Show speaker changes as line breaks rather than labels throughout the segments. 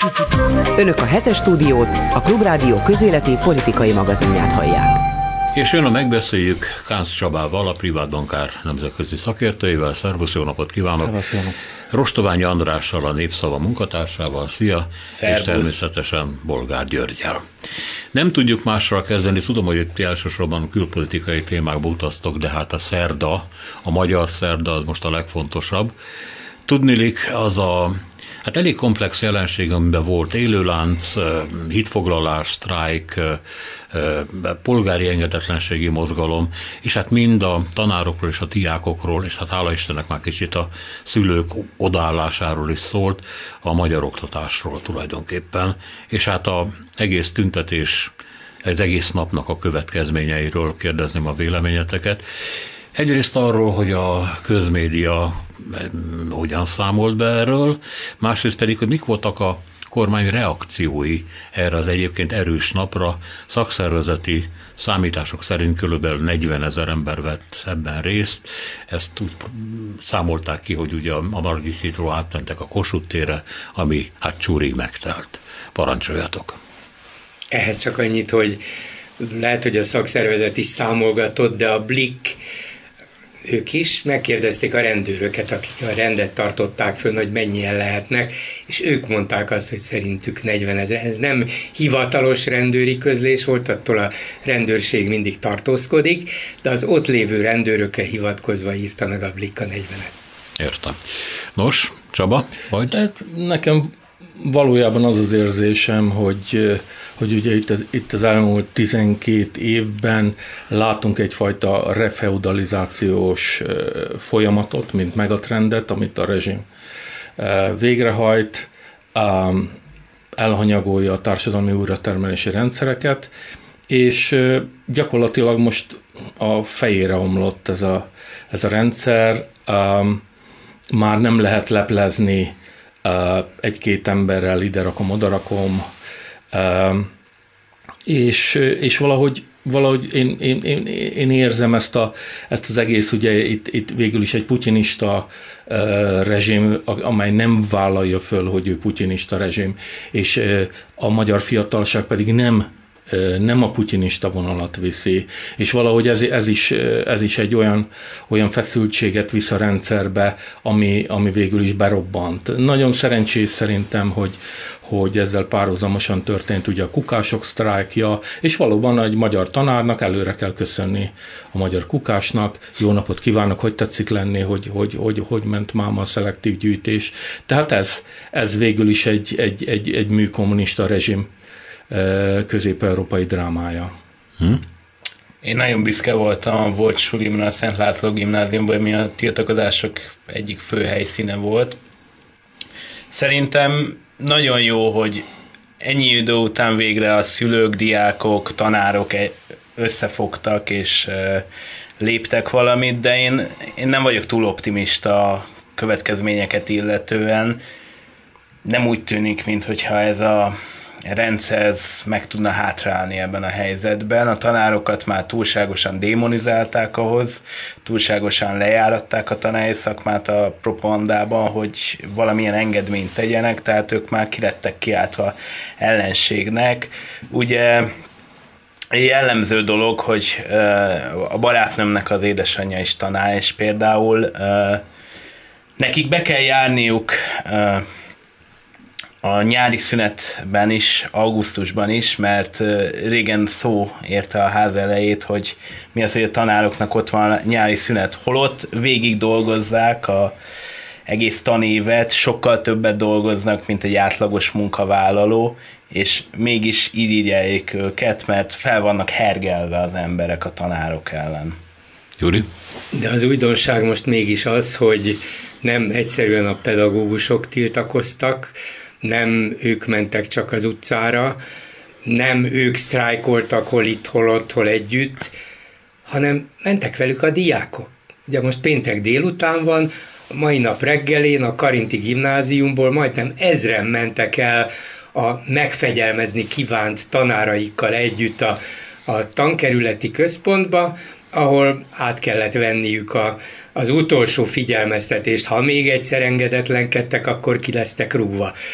Önök a Hetes Stúdiót, a Klubrádió közéleti politikai magazinját hallják.
És jön a megbeszéljük Kánz Csabával, a privátbankár nemzetközi szakértőivel. Szervusz, jó napot kívánok!
Szervusz, jó napot.
Rostoványi Andrással, a Népszava munkatársával, szia!
Szervusz.
És természetesen Bolgár Györggyel. Nem tudjuk másra kezdeni, tudom, hogy itt elsősorban külpolitikai témákba utaztok, de hát a szerda, a magyar szerda az most a legfontosabb. Tudniillik, az a elég komplex jelenség, amiben volt élőlánc, hitfoglalás, sztrájk, polgári engedetlenségi mozgalom, és hát mind a tanárokról és a diákokról, és hát hála Istennek már kicsit a szülők odaállásáról is szólt, a magyar oktatásról tulajdonképpen, és hát az egész tüntetés, egy egész napnak a következményeiről kérdezném a véleményeteket. Egyrészt arról, hogy a közmédia hogyan számolt be erről, másrészt pedig, hogy mik voltak a kormány reakciói erre az egyébként erős napra. Szakszervezeti számítások szerint körülbelül 40 000 ember vett ebben részt. Ezt úgy számolták ki, hogy ugye a Margit hídról átmentek a Kossuth térre, ami hát csúrig megtelt. Parancsoljatok!
Ehhez csak annyit, hogy lehet, hogy a szakszervezet is számolgatott, de a Blick ők is megkérdezték a rendőröket, akik a rendet tartották fönn, hogy mennyien lehetnek, és ők mondták azt, hogy szerintük 40 000. Ez nem hivatalos rendőri közlés volt, attól a rendőrség mindig tartózkodik, de az ott lévő rendőrökre hivatkozva írta meg a Blick a 40-et.
Értem. Nos, Csaba, vagy?
Nekem valójában az az érzésem, hogy ugye itt az elmúlt 12 évben látunk egyfajta refeudalizációs folyamatot, mint megatrendet, amit a rezsim végrehajt, elhanyagolja a társadalmi újratermelési rendszereket, és gyakorlatilag most a fejére omlott ez a rendszer, már nem lehet leplezni egy-két emberrel, ide rakom, oda rakom, és valahogy én érzem ezt az egész, ugye itt végül is egy putyinista rezsim, amely nem vállalja föl, hogy ő putyinista rezsim, és a magyar fiatalság pedig nem a putyinista vonalat viszi, és valahogy ez is egy olyan feszültséget visz a rendszerbe, ami végül is berobbant. Nagyon szerencsés szerintem, hogy ezzel párhuzamosan történt ugye a kukások sztrájkja, és valóban egy magyar tanárnak előre kell köszönni a magyar kukásnak. Jó napot kívánok, hogy tetszik lenni, hogy ment máma a szelektív gyűjtés. Tehát ez végül is egy műkommunista rezsim közép-európai drámája.
Én nagyon büszke voltam a Volt sulimra, a Szent László gimnáziumban, ami a tiltakozások egyik fő helyszíne volt. Szerintem nagyon jó, hogy ennyi idő után végre a szülők, diákok, tanárok összefogtak és léptek valamit, de én nem vagyok túl optimista a következményeket illetően. Nem úgy tűnik, mintha ez a rendszer meg tudna hátrálni ebben a helyzetben. A tanárokat már túlságosan démonizálták ahhoz, túlságosan lejáratták a tanári szakmát a propagandában, hogy valamilyen engedményt tegyenek, tehát ők már kilettek kiáltva ellenségnek. Ugye jellemző dolog, hogy a barátnőmnek az édesanyja is tanár, és például nekik be kell járniuk a nyári szünetben is, augusztusban is, mert régen szó érte a ház elejét, hogy mi az, hogy a tanároknak ott van nyári szünet, holott végig dolgozzák a egész tanévet, sokkal többet dolgoznak, mint egy átlagos munkavállaló, és mégis irigyelják őket, mert fel vannak hergelve az emberek a tanárok ellen.
Gyuri?
De az újdonság most mégis az, hogy nem egyszerűen a pedagógusok tiltakoztak, nem ők mentek csak az utcára, nem ők sztrájkoltak hol itt, hol ott, hol együtt, hanem mentek velük a diákok. Ugye most péntek délután van, a mai nap reggelén a Karinti gimnáziumból majdnem 1000 mentek el a megfegyelmezni kívánt tanáraikkal együtt a tankerületi központba, ahol át kellett venniük az utolsó figyelmeztetést, ha még egyszer engedetlenkedtek, akkor ki lesztek rúgva.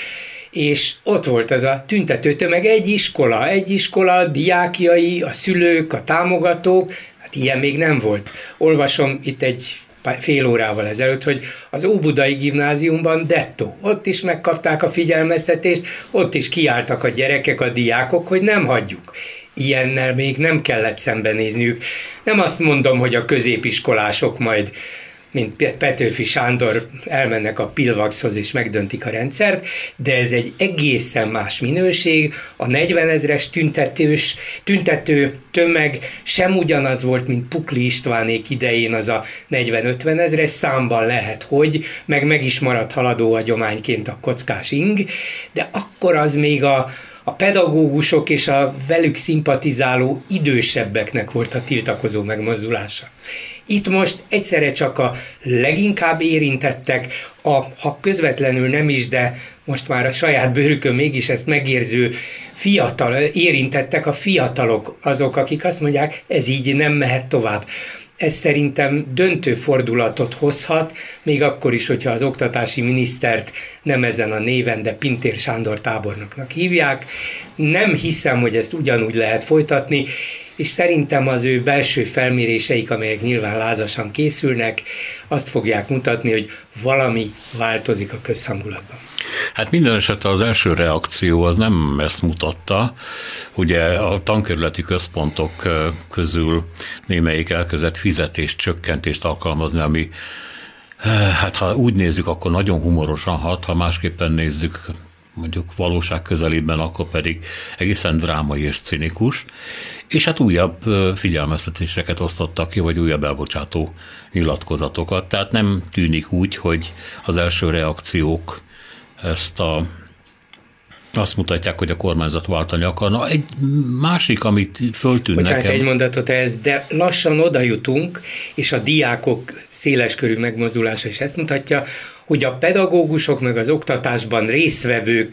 és ott volt az a tüntető tömeg, egy iskola, diákjai, a szülők, a támogatók, hát ilyen még nem volt. Olvasom itt egy fél órával ezelőtt, hogy az Óbudai Gimnáziumban dettó. Ott is megkapták a figyelmeztetést, ott is kiálltak a gyerekek, a diákok, hogy nem hagyjuk. Ilyennel még nem kellett szembenézniük. Nem azt mondom, hogy a középiskolások majd, mint Petőfi Sándor, elmennek a Pilvaxhoz és megdöntik a rendszert, de ez egy egészen más minőség. A 40 000-es tüntető tömeg sem ugyanaz volt, mint Pukli Istvánék idején az a 40-50 000, számban lehet, hogy meg is maradt haladó hagyományként a kockás ing, de akkor az még a pedagógusok és a velük szimpatizáló idősebbeknek volt a tiltakozó megmozdulása. Itt most egyszerre csak a leginkább érintettek, ha közvetlenül nem is, de most már a saját bőrükön mégis ezt megérző érintettek, a fiatalok azok, akik azt mondják, ez így nem mehet tovább. Ez szerintem döntő fordulatot hozhat, még akkor is, hogyha az oktatási minisztert nem ezen a néven, de Pintér Sándor tábornoknak hívják. Nem hiszem, hogy ezt ugyanúgy lehet folytatni, és szerintem az ő belső felméréseik, amelyek nyilván lázasan készülnek, azt fogják mutatni, hogy valami változik a közhangulatban.
Hát minden esetre az első reakció az nem ezt mutatta. Ugye a tankerületi központok közül némelyik elkezdett fizetéscsökkentést alkalmazni, ami hát ha úgy nézzük, akkor nagyon humorosan hat, ha másképpen nézzük, mondjuk valóság közelében, akkor pedig egészen drámai és cinikus, és hát újabb figyelmeztetéseket osztottak ki, vagy újabb elbocsátó nyilatkozatokat. Tehát nem tűnik úgy, hogy az első reakciók azt mutatják, hogy a kormányzat váltani akarna. Egy másik, amit föltűnt nekem...
egy mondatot ehhez, de lassan oda jutunk, és a diákok széleskörű megmozdulása is ezt mutatja, hogy a pedagógusok, meg az oktatásban résztvevők,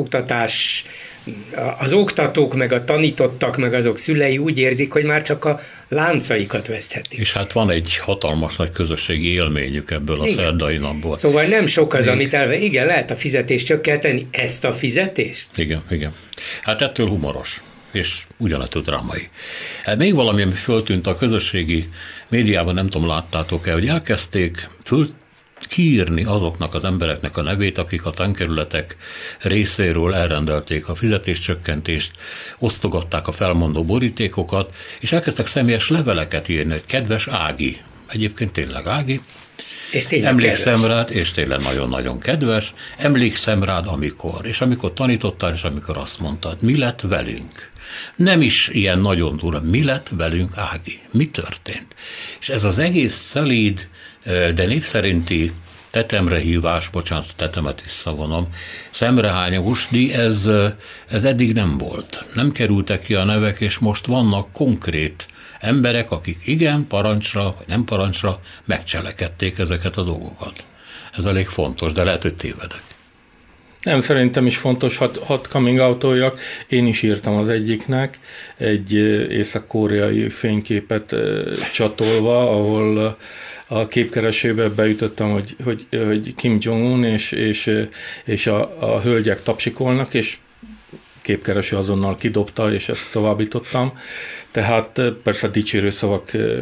az oktatók, meg a tanítottak, meg azok szülei úgy érzik, hogy már csak a láncaikat veszthetik.
És hát van egy hatalmas nagy közösségi élményük ebből a szerdai napból.
Szóval nem sok az, amit igen, lehet a fizetést csökkenteni, ezt a fizetést?
Igen. Hát ettől humoros, és ugyanettől drámai. Hát még valami, ami föltűnt a közösségi médiában, nem tudom, láttátok-e, hogy elkezdték kiírni azoknak az embereknek a nevét, akik a tankerületek részéről elrendelték a fizetéscsökkentést, osztogatták a felmondó borítékokat, és elkezdtek személyes leveleket írni, hogy kedves Ági, egyébként tényleg Ági, emlékszem rád, és tényleg nagyon-nagyon kedves, emlékszem rád amikor tanítottál, és amikor azt mondtad, mi lett velünk. Nem is ilyen nagyon durva, mi lett velünk, Ági, mi történt? És ez az egész szelíd, de név szerinti tetemrehívás, bocsánat, tetemet visszavonom, szemrehányós, ez eddig nem volt. Nem kerültek ki a nevek, és most vannak konkrét emberek, akik igen, parancsra, vagy nem parancsra megcselekedték ezeket a dolgokat. Ez elég fontos, de lehet, hogy tévedek.
Nem, szerintem is fontos, hat coming out-oljak. Én is írtam az egyiknek egy észak-koreai fényképet csatolva, ahol a képkeresőbe beütöttem, hogy Kim Jong-un és a hölgyek tapsikolnak, és képkereső azonnal kidobta, és ezt továbbítottam. Tehát persze dicsérő szavakkal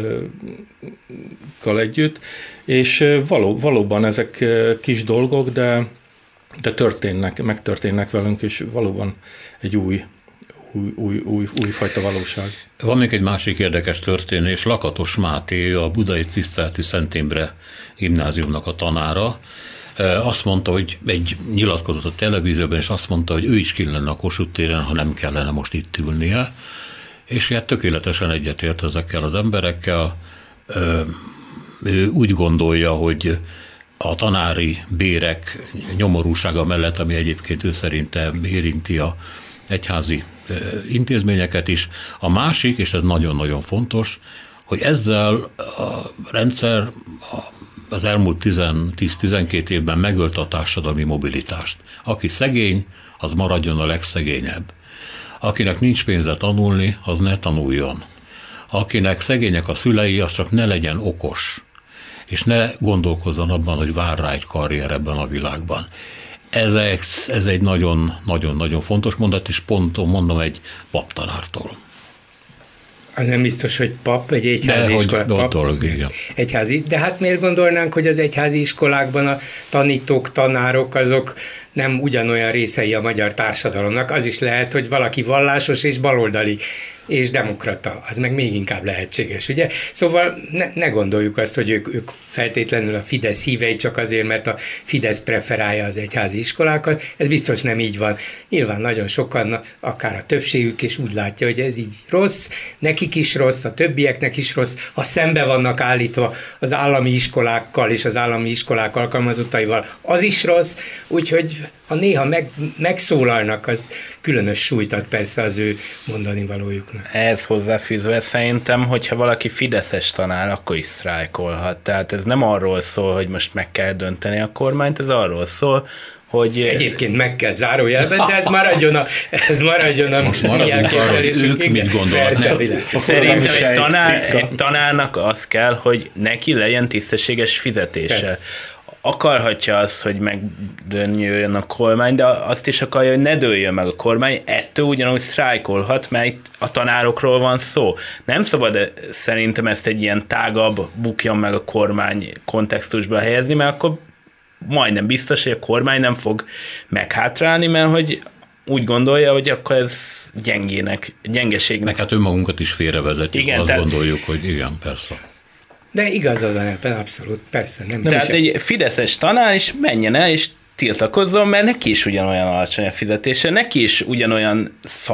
együtt, és valóban ezek kis dolgok, de megtörténnek velünk, és valóban egy újfajta valóság.
Van még egy másik érdekes történés. Lakatos Máté, a budai Ciszterci Szent Imre gimnáziumnak a tanára, azt mondta, hogy egy nyilatkozott a televízióban, és azt mondta, hogy ő is ki lenne a Kossuth téren, ha nem kellene most itt ülnie, és hát tökéletesen egyetért ezekkel az emberekkel. Ő úgy gondolja, hogy a tanári bérek nyomorúsága mellett, ami egyébként ő szerintem érinti a egyházi intézményeket is. A másik, és ez nagyon-nagyon fontos, hogy ezzel a rendszer az elmúlt 10-12 évben megölt a társadalmi mobilitást. Aki szegény, az maradjon a legszegényebb. Akinek nincs pénze tanulni, az ne tanuljon. Akinek szegények a szülei, az csak ne legyen okos, és ne gondolkozzon abban, hogy vár rá egy karrier ebben a világban. Ez egy nagyon fontos mondat, és pont mondom egy paptanártól.
Az nem biztos, hogy pap, egy egyházi iskola. Egyházi, de hát miért gondolnánk, hogy az egyházi iskolákban a tanítók, tanárok, azok nem ugyanolyan részei a magyar társadalomnak. Az is lehet, hogy valaki vallásos és baloldali és demokrata, az meg még inkább lehetséges, ugye? Szóval ne gondoljuk azt, hogy ők feltétlenül a Fidesz hívei csak azért, mert a Fidesz preferálja az egyházi iskolákat. Ez biztos nem így van. Nyilván nagyon sokan, akár a többségük is úgy látja, hogy ez így rossz, nekik is rossz, a többieknek is rossz, ha szembe vannak állítva az állami iskolákkal és az állami iskolák alkalmazottaival, az is rossz, úgyhogy ha néha megszólalnak, az különös súlyt ad persze az ő mondani valójuknak.
Ehhez hozzáfűzve szerintem, hogyha valaki fideszes tanár, akkor is sztrájkolhat. Tehát ez nem arról szól, hogy most meg kell dönteni a kormányt, ez arról szól, hogy...
Egyébként meg kell zárójelben, de ez maradjon a
most maradjunk arra, hogy ők mit gondolnak.
Szerintem egy tanárnak az kell, hogy neki legyen tisztességes fizetése. Persze. Akarhatja azt, hogy megdőljön a kormány, de azt is akarja, hogy ne dőljön meg a kormány, ettől ugyanúgy sztrájkolhat, mert itt a tanárokról van szó. Nem szabad szerintem ezt egy ilyen tágabb bukjon meg a kormány kontextusba helyezni, mert akkor majdnem biztos, hogy a kormány nem fog meghátrálni, mert hogy úgy gondolja, hogy akkor ez gyengeségnek.
Meg hát önmagunkat is félrevezetjük, igen, azt gondoljuk, hogy igen, persze.
De igazad van ebben, abszolút, persze. Nem
tehát egy fideszes tanár is menjen el, és tiltakozzon, mert neki is ugyanolyan alacsony a fizetése, neki is ugyanolyan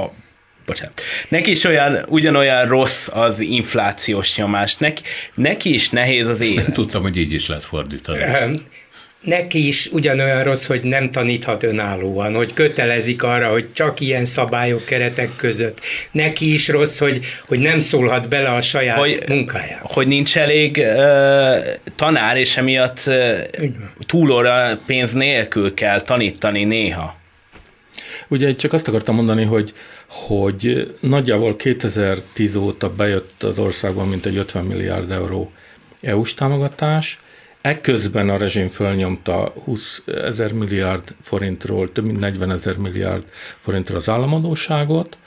neki is ugyanolyan rossz az inflációs nyomás, neki is nehéz az élet.
Nem tudtam, hogy így is lehet fordítani.
Neki is ugyanolyan rossz, hogy nem taníthat önállóan, hogy kötelezik arra, hogy csak ilyen szabályok, keretek között. Neki is rossz, hogy nem szólhat bele a saját munkájába.
Hogy nincs elég tanár, és emiatt túlóra pénz nélkül kell tanítani néha.
Ugye csak azt akartam mondani, hogy nagyjából 2010 óta bejött az országban mintegy 50 milliárd euró EU-s támogatás. Ekközben a rezsim fölnyomta 20 000 milliárd forintról, több mint 40 000 milliárd forintra az államadósságot.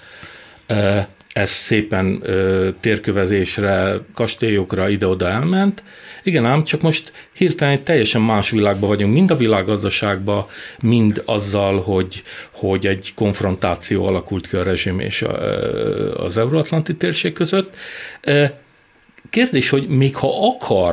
Ez szépen térkövezésre, kastélyokra ide-oda elment. Igen ám, csak most hirtelen egy teljesen más világban vagyunk, mind a világgazdaságban, mind azzal, hogy egy konfrontáció alakult ki a rezsim és az euróatlanti térség között. Kérdés, hogy még ha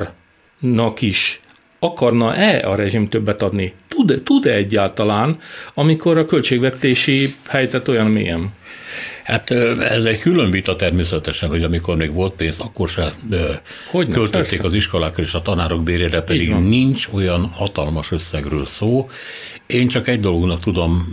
akarna-e a rezsim többet adni? Tud-e egyáltalán, amikor a költségvetési helyzet olyan mélyen?
Hát ez egy külön vita természetesen, hogy amikor még volt pénz, akkor se költötték az iskolákra és a tanárok bérére, pedig nincs olyan hatalmas összegről szó. Én csak egy dolognak tudom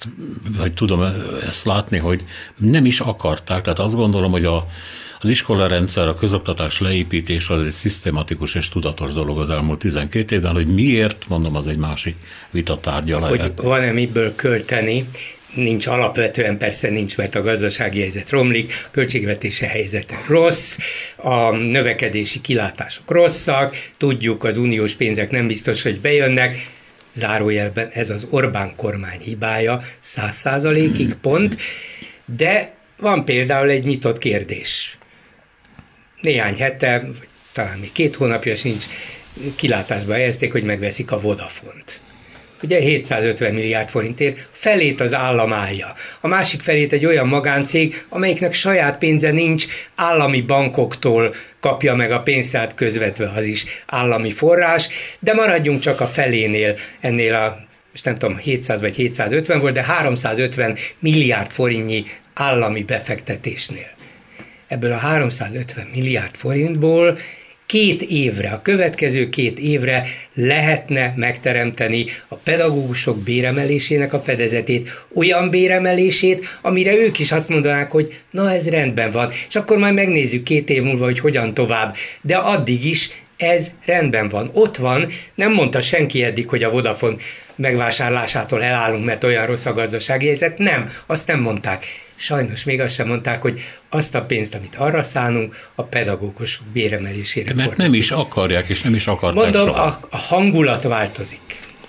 ezt látni, hogy nem is akarták, tehát azt gondolom, hogy az iskolarendszer, a közoktatás leépítés az egy szisztematikus és tudatos dolog az elmúlt 12 évben, hogy miért, mondom, az egy másik vitatárgya lehet.
Hogy van-e miből költeni, nincs, alapvetően persze nincs, mert a gazdasági helyzet romlik, a költségvetési helyzete rossz, a növekedési kilátások rosszak, tudjuk, az uniós pénzek nem biztos, hogy bejönnek, zárójelben ez az Orbán kormány hibája 100%-ig pont, de van például egy nyitott kérdés. Néhány hete, talán még 2 hónapja sincs, kilátásba helyezték, hogy megveszik a Vodafont. Ugye 750 milliárd forintért, felét az állam állja. A másik felét egy olyan magáncég, amelyiknek saját pénze nincs, állami bankoktól kapja meg a pénzt, tehát közvetve az is állami forrás, de maradjunk csak a felénél, ennél a, most nem tudom, 700 vagy 750 volt, de 350 milliárd forintnyi állami befektetésnél. Ebből a 350 milliárd forintból 2 évre, a következő 2 évre lehetne megteremteni a pedagógusok béremelésének a fedezetét, olyan béremelését, amire ők is azt mondanák, hogy na ez rendben van, és akkor majd megnézzük 2 év múlva, hogy hogyan tovább. De addig is ez rendben van. Ott van, nem mondta senki eddig, hogy a Vodafone megvásárlásától elállunk, mert olyan rossz a gazdasági helyzet. Nem, azt nem mondták. Sajnos még azt sem mondták, hogy azt a pénzt, amit arra szánunk, a pedagógusok béremelésére.
Mert nem is akarják, és nem is akarták.
Mondom, a hangulat változik.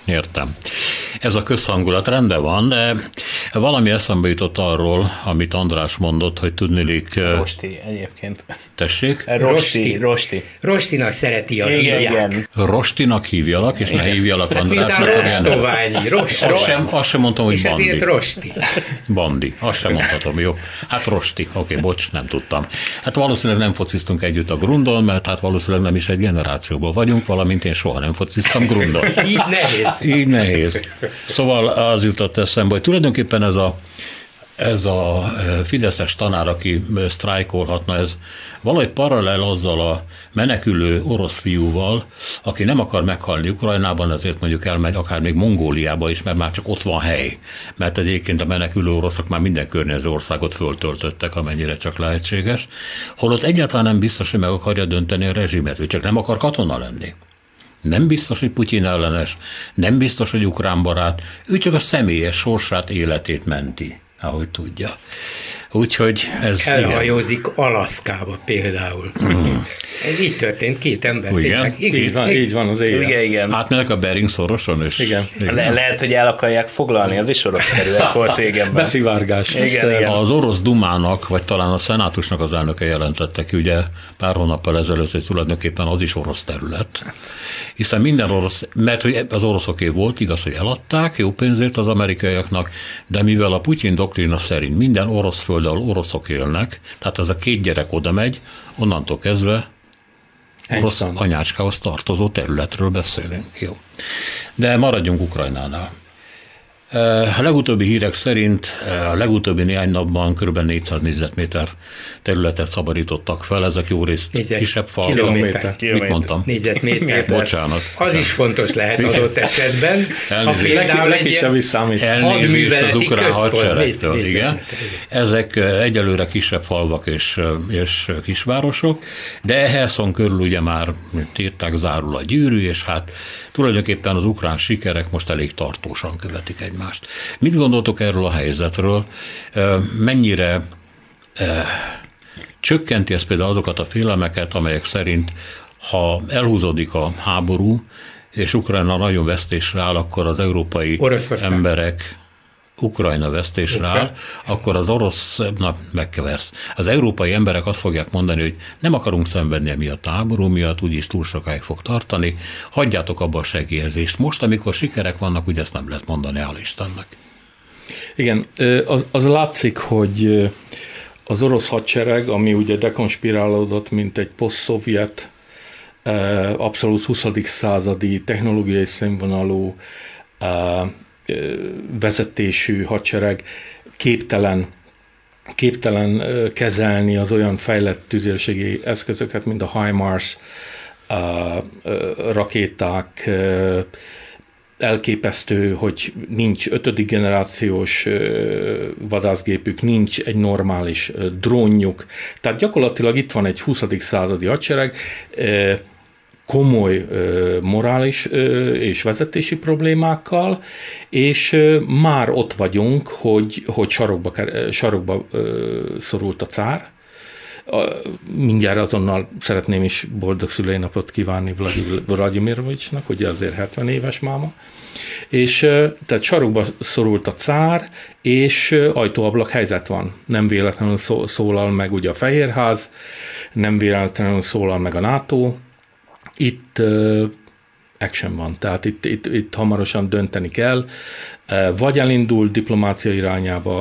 Értem. Ez a közhangulat rendben van, de valami eszembe jutott arról, amit András mondott, hogy tudnilik...
Rosti egyébként.
Tessék?
Rosti.
Rostinak szereti a hívják.
Igen.
Rostinak hívjalak, és ne hívjalak Andrásnak.
Mint a Rostoványi.
Azt sem mondtam, hogy
és
Bandi.
És ezért Rosti.
Bandi. Azt sem mondhatom, jó. Hát Rosti. Oké, bocs, nem tudtam. Hát valószínűleg nem fociztunk együtt a Grundon, mert hát valószínűleg nem is egy generációból vagyunk, valamint én soha nem fociztam Grundon.
Így nehéz.
Így nehéz. Szóval az jutott eszembe, hogy tulajdonképpen ez a fideszes tanár, aki sztrájkolhatna, ez valahogy paralel azzal a menekülő orosz fiúval, aki nem akar meghalni Ukrajnában, ezért mondjuk elmegy akár még Mongóliába is, mert már csak ott van hely. Mert egyébként a menekülő oroszok már minden környező országot föltöltöttek, amennyire csak lehetséges. Holott egyáltalán nem biztos, hogy meg akarja dönteni a rezsimet, ő csak nem akar katona lenni. Nem biztos, hogy Putyin ellenes, nem biztos, hogy ukrán barát, ő csak a személyes sorsát, életét menti, ahogy tudja. Úgyhogy ez...
Elhajózik Alaszkába például. Ez így történt, két ember.
Igen?
Így van az éjjel.
Igen.
Átmennek a Bering szoroson, és...
Igen.
Lehet, hogy el akarják foglalni, az is orosz terület volt régebben.
Beszivárgás.
Igen.
Az orosz Dumának, vagy talán a szenátusnak az elnöke jelentette ki, ugye pár hónappal ezelőtt, hogy tulajdonképpen az is orosz terület. Hiszen minden orosz, mert hogy az oroszoké volt, igaz, hogy eladták jó pénzért az amerikaiaknak, de mivel a Putyin doktrína szerint minden orosz föld, ahol oroszok élnek, tehát ez a két gyerek oda megy, onnantól kezdve orosz anyácskához tartozó területről beszélünk. Jó. De maradjunk Ukrajnánál. A legutóbbi hírek szerint a legutóbbi néhány napban kb. 400 négyzetméter területet szabadítottak fel, ezek jó részt kisebb fal.
Kilométer.
Mit mondtam?
Négyzetméter.
Bocsánat.
Az is fontos lehet adott esetben.
Például neki sem is számít.
Elnézést az ukrán hadseregtől, igen. Ezek egyelőre kisebb falvak és kisvárosok, de Herson körül ugye már írták, zárul a gyűrű, és hát tulajdonképpen az ukrán sikerek most elég tartósan követik egymást. Mit gondoltok erről a helyzetről? Mennyire csökkenti ez például azokat a félelmeket, amelyek szerint, ha elhúzódik a háború, és Ukrajna nagyon vesztésre áll, akkor az európai emberek Ukrajna vesztésre áll, akkor az orosz, megkeversz. Az európai emberek azt fogják mondani, hogy nem akarunk szenvedni emiatt a háború miatt, úgyis túl sokáig fog tartani, hagyjátok abba a segélyezést. Most, amikor sikerek vannak, ugye ezt nem lehet mondani, hál' Istennek.
Igen, az látszik, hogy az orosz hadsereg, ami ugye dekonspirálódott, mint egy poszt-szovjet, abszolút 20. századi technológiai színvonalú vezetésű hadsereg képtelen kezelni az olyan fejlett tüzérségi eszközöket, mint a HIMARS, rakéták, elképesztő, hogy nincs 5. generációs vadászgépük, nincs egy normális drónjuk. Tehát gyakorlatilag itt van egy 20. századi hadsereg, komoly morális és vezetési problémákkal, és már ott vagyunk, hogy sarokba szorult a cár. Mindjárt azonnal szeretném is boldog szülőnapot kívánni Vladimirovicsnak, ugye azért 70 éves máma. És tehát sarokba szorult a cár, és ajtóablak helyzet van. Nem véletlenül szólal meg ugye a Fehérház, nem véletlenül szólal meg a NATO. Itt action van, tehát itt hamarosan dönteni kell, vagy elindul diplomácia irányába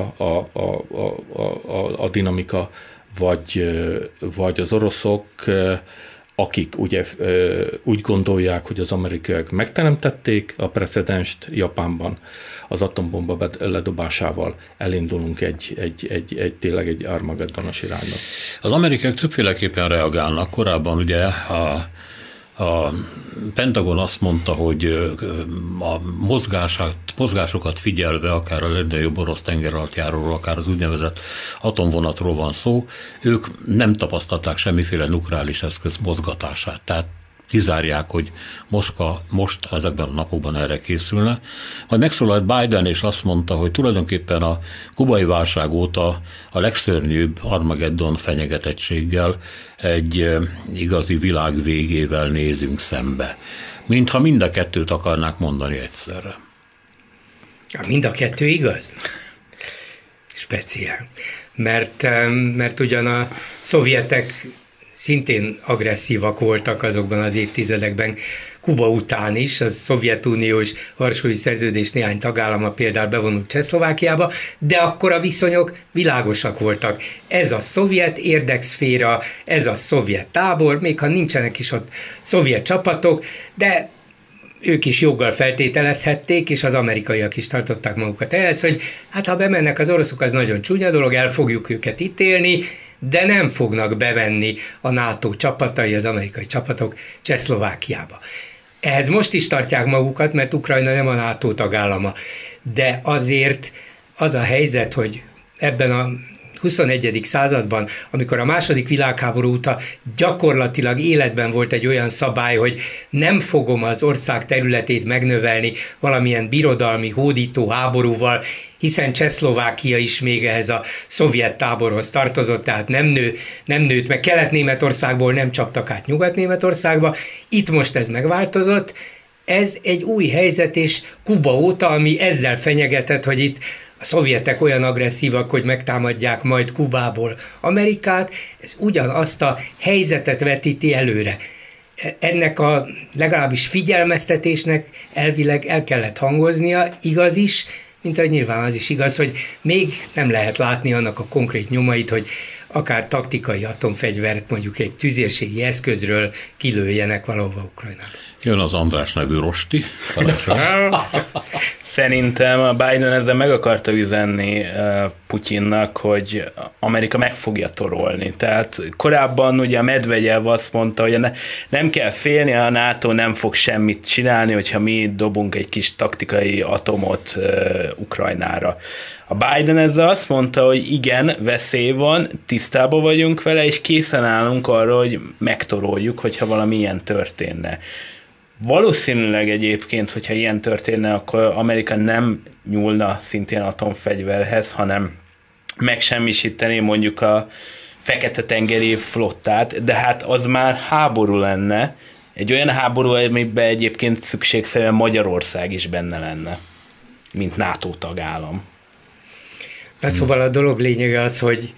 a dinamika, vagy az oroszok, akik ugye úgy gondolják, hogy az amerikaiak megteremtették a precedenst Japánban, az atombomba ledobásával elindulunk tényleg egy Armageddonos irányba.
Az amerikaiak többféleképpen reagálnak. Korábban ugye a Pentagon azt mondta, hogy a mozgásokat figyelve, akár a legnagyobb orosz tengeralattjáróról, akár az úgynevezett atomvonatról van szó, ők nem tapasztalták semmiféle nukleáris eszköz mozgatását. Tehát kizárják, hogy Moszkva most ezekben a napokban erre készülne. Majd megszólalt Biden, és azt mondta, hogy tulajdonképpen a kubai válság óta a legszörnyűbb Armageddon fenyegetettséggel egy igazi világ végével nézünk szembe. mintha mind a kettőt akarnák mondani egyszerre.
Mind a kettő igaz? Speciál. Mert ugyan a szovjetek szintén agresszívak voltak azokban az évtizedekben, Kuba után is, a Szovjetunió és Varsói Szerződés néhány tagállama például bevonult Csehszlovákiába, de akkor a viszonyok világosak voltak. Ez a szovjet érdekszféra, ez a szovjet tábor, még ha nincsenek is ott szovjet csapatok, de ők is joggal feltételezhették, és az amerikaiak is tartották magukat ehhez, hogy hát ha bemennek az oroszok, az nagyon csúnya dolog, el fogjuk őket ítélni, de nem fognak bevenni a NATO csapatai, az amerikai csapatok Csehszlovákiába. Ehhez most is tartják magukat, mert Ukrajna nem a NATO tagállama. De azért az a helyzet, hogy ebben a 21. században, amikor a második világháború óta gyakorlatilag életben volt egy olyan szabály, hogy nem fogom az ország területét megnövelni valamilyen birodalmi, hódító háborúval, hiszen Csehszlovákia is még ehhez a szovjet táborhoz tartozott, tehát nem nőtt meg. Kelet-Németországból nem csaptak át Nyugat-Németországba. Itt most ez megváltozott. Ez egy új helyzet, és Kuba óta, ami ezzel fenyegetett, hogy itt a szovjetek olyan agresszívak, hogy megtámadják majd Kubából Amerikát, ez ugyanazt a helyzetet vetíti előre. Ennek a legalábbis figyelmeztetésnek elvileg el kellett hangoznia, igaz is, mint ahogy nyilván az is igaz, hogy még nem lehet látni annak a konkrét nyomait, hogy akár taktikai atomfegyvert mondjuk egy tüzérségi eszközről kilőjenek valahova Ukrajnába.
Jön az András nevű rosti.
Szerintem a Biden ezzel meg akarta üzenni Putyinnak, hogy Amerika meg fogja torolni. Tehát korábban ugye a Medvegyev azt mondta, hogy nem kell félni, a NATO nem fog semmit csinálni, hogyha mi dobunk egy kis taktikai atomot Ukrajnára. A Biden ezzel azt mondta, hogy igen, veszély van, tisztában vagyunk vele, és készen állunk arra, hogy megtoroljuk, hogyha valami ilyen történne. Valószínűleg egyébként, hogyha ilyen történne, akkor Amerika nem nyúlna szintén atomfegyverhez, hanem megsemmisíteni mondjuk a Fekete-tengeri flottát, de hát az már háború lenne, egy olyan háború, amiben egyébként szükségszerűen Magyarország is benne lenne, mint NATO tagállam.
Szóval a dolog lényege az, hogy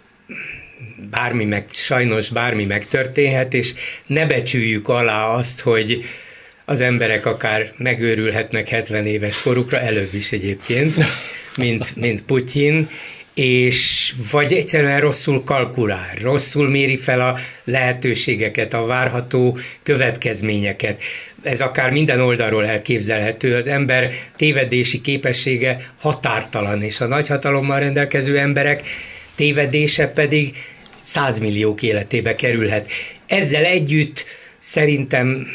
sajnos bármi megtörténhet, és ne becsüljük alá azt, hogy az emberek akár megőrülhetnek 70 éves korukra, előbb is egyébként, mint Putyin, és vagy egyszerűen rosszul kalkulál, rosszul méri fel a lehetőségeket, a várható következményeket. Ez akár minden oldalról elképzelhető, az ember tévedési képessége határtalan, és a nagyhatalommal rendelkező emberek tévedése pedig 100 milliók életébe kerülhet. Ezzel együtt szerintem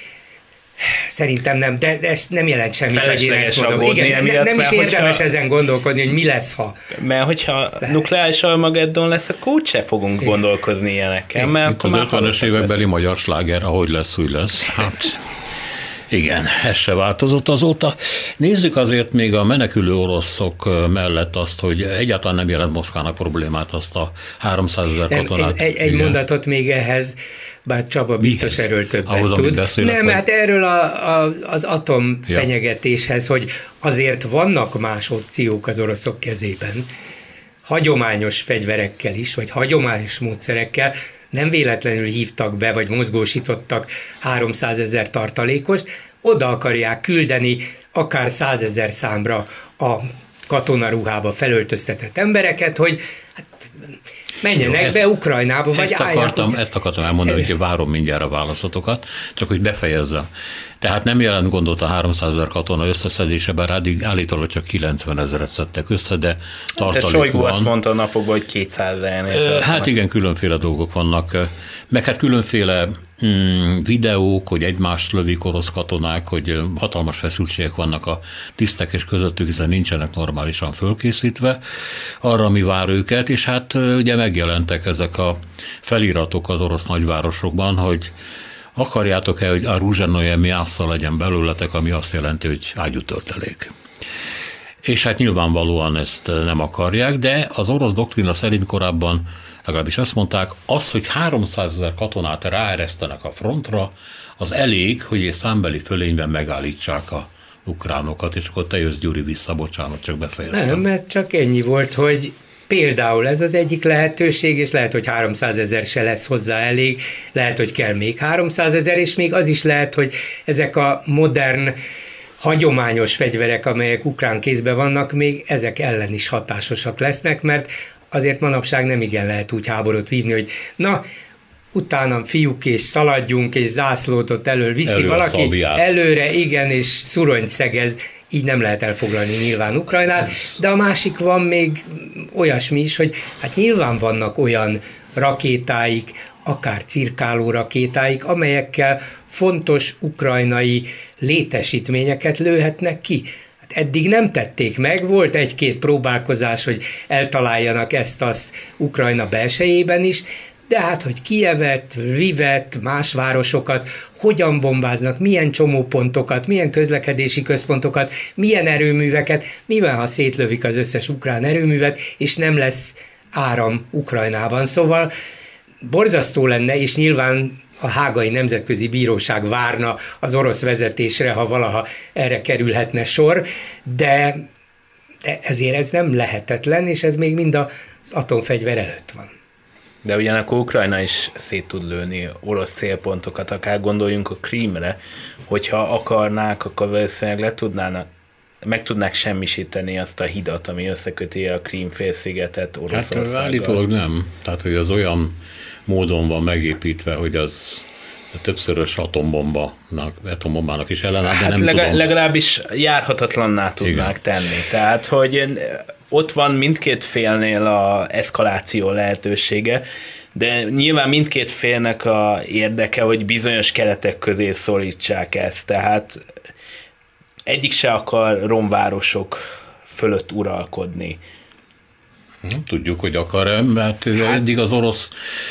nem, de ez nem jelent semmit, hogy én ezt mondom. Igen, nem is érdemes ezen gondolkodni, hogy mi lesz, ha...
Mert hogyha nukleáris Armageddon lesz, akkor úgyse fogunk gondolkozni ilyenekkel.
Mert az 50-es évekbeli magyar sláger, ahogy lesz, úgy lesz. Hát... Igen, ez se változott azóta. Nézzük azért még a menekülő oroszok mellett azt, hogy egyáltalán nem jelent Moszkvának problémát, azt a 300 000 katonát.
Egy mondatot még ehhez, bár Csaba biztos erről többet tud.
Nem,
hát erről az atomfenyegetéshez, hogy azért vannak más opciók az oroszok kezében, hagyományos fegyverekkel is, vagy hagyományos módszerekkel, nem véletlenül hívtak be, vagy mozgósítottak 300 000 tartalékost, oda akarják küldeni akár 100 000 számra a katonaruhába felöltöztetett embereket, hogy hát menjenek be Ukrajnába, vagy állják.
Ezt akartam elmondani, hogy várom mindjárt a válaszatokat, csak hogy befejezzem. Tehát nem jelent gondot a 300 000 katona összeszedése, bár állítólag csak 90 000 szedtek össze, de tartalék van.
Azt mondta a napokban, hogy 200 000.
Hát igen, különféle dolgok vannak, meg hát különféle videók, hogy egymást lövik orosz katonák, hogy hatalmas feszültségek vannak a tisztek és közöttük, hiszen nincsenek normálisan fölkészítve arra, mi vár őket, és hát ugye megjelentek ezek a feliratok az orosz nagyvárosokban, hogy akarjátok-e, hogy a Ruzsenoje miásza legyen belőletek, ami azt jelenti, hogy ágyútöltelék. és hát nyilvánvalóan ezt nem akarják, de az orosz doktrina szerint korábban legalábbis azt mondták, az, hogy 300 000 katonát ráeresztenek a frontra, az elég, hogy egy számbeli fölényben megállítsák a ukránokat, és akkor te jössz, Gyuri, vissza, bocsánat, csak befejeztem.
Nem, mert csak ennyi volt, hogy például ez az egyik lehetőség, és lehet, hogy 300 000 se lesz hozzá elég, lehet, hogy kell még 300 000, és még az is lehet, hogy ezek a modern, hagyományos fegyverek, amelyek ukrán kézben vannak, még ezek ellen is hatásosak lesznek, mert azért manapság nem igen lehet úgy háborút vívni, hogy na, utánam fiúk, és szaladjunk, és zászlót ott elől viszi valaki, előre, igen, és szuronyt szegez, így nem lehet elfoglalni nyilván Ukrajnát, de a másik van még olyasmi is, hogy hát nyilván vannak olyan rakétáik, akár cirkáló rakétáik, amelyekkel fontos ukrajnai létesítményeket lőhetnek ki. Hát eddig nem tették meg, volt egy-két próbálkozás, hogy eltaláljanak ezt-azt Ukrajna belsejében is, de hát, hogy Kijevet, Lvivet, más városokat hogyan bombáznak, milyen csomópontokat, milyen közlekedési központokat, milyen erőműveket, mivel ha szétlövik az összes ukrán erőművet, és nem lesz áram Ukrajnában. Szóval borzasztó lenne, és nyilván a Hágai Nemzetközi Bíróság várna az orosz vezetésre, ha valaha erre kerülhetne sor, de ezért ez nem lehetetlen, és ez még mind az atomfegyver előtt van.
De ugyanakkor Ukrajna is szét tud lőni orosz célpontokat, akár gondoljunk a Krímre, hogyha akarnák, akkor valószínűleg meg tudnák semmisíteni azt a hidat, ami összeköti a Krím-félszigetet Oroszországgal.
Hát állítólag nem. Tehát, hogy az olyan módon van megépítve, hogy az többszörös atombombának is ellenáll, de nem tudom.
Legalábbis járhatatlanná tudnák tenni. Tehát, hogy ott van mindkét félnél a eszkaláció lehetősége, de nyilván mindkét félnek a érdeke, hogy bizonyos keretek közé szorítsák ezt. Tehát egyik se akar romvárosok fölött uralkodni.
Nem tudjuk, hogy akar-e, mert eddig az orosz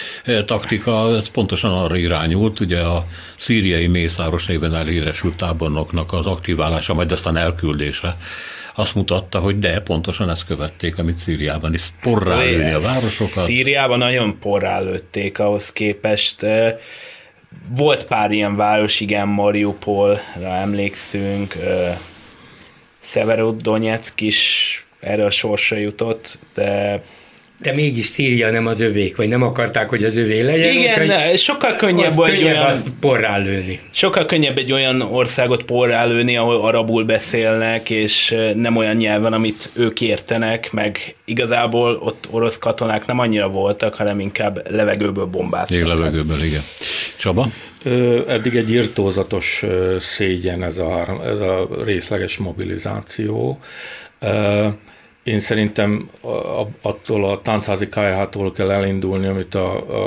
taktika pontosan arra irányult, ugye a szíriai Mészáros néven elhíresült tábornoknak az aktiválása, majd aztán elküldése azt mutatta, hogy de pontosan ezt követték, amit Szíriában is porrá lőni a városokat.
Szíriában nagyon porrá lőtték ahhoz képest. Volt pár ilyen város, igen, Mariupolra emlékszünk, Szeverodonyeck is erre a sorsra jutott, de
mégis Szíria nem az övék, vagy nem akarták, hogy az övé legyen.
Igen, sokkal könnyebb
azt porrá lőni.
Sokkal könnyebb egy olyan országot porrá lőni, ahol arabul beszélnek, és nem olyan nyelven, amit ők értenek, meg igazából ott orosz katonák nem annyira voltak, hanem inkább levegőből bombáztak.
Igen, levegőből, igen. Csaba?
Eddig egy irtózatos szégyen ez a részleges mobilizáció. Én szerintem attól a táncházi KH-tól kell elindulni, amit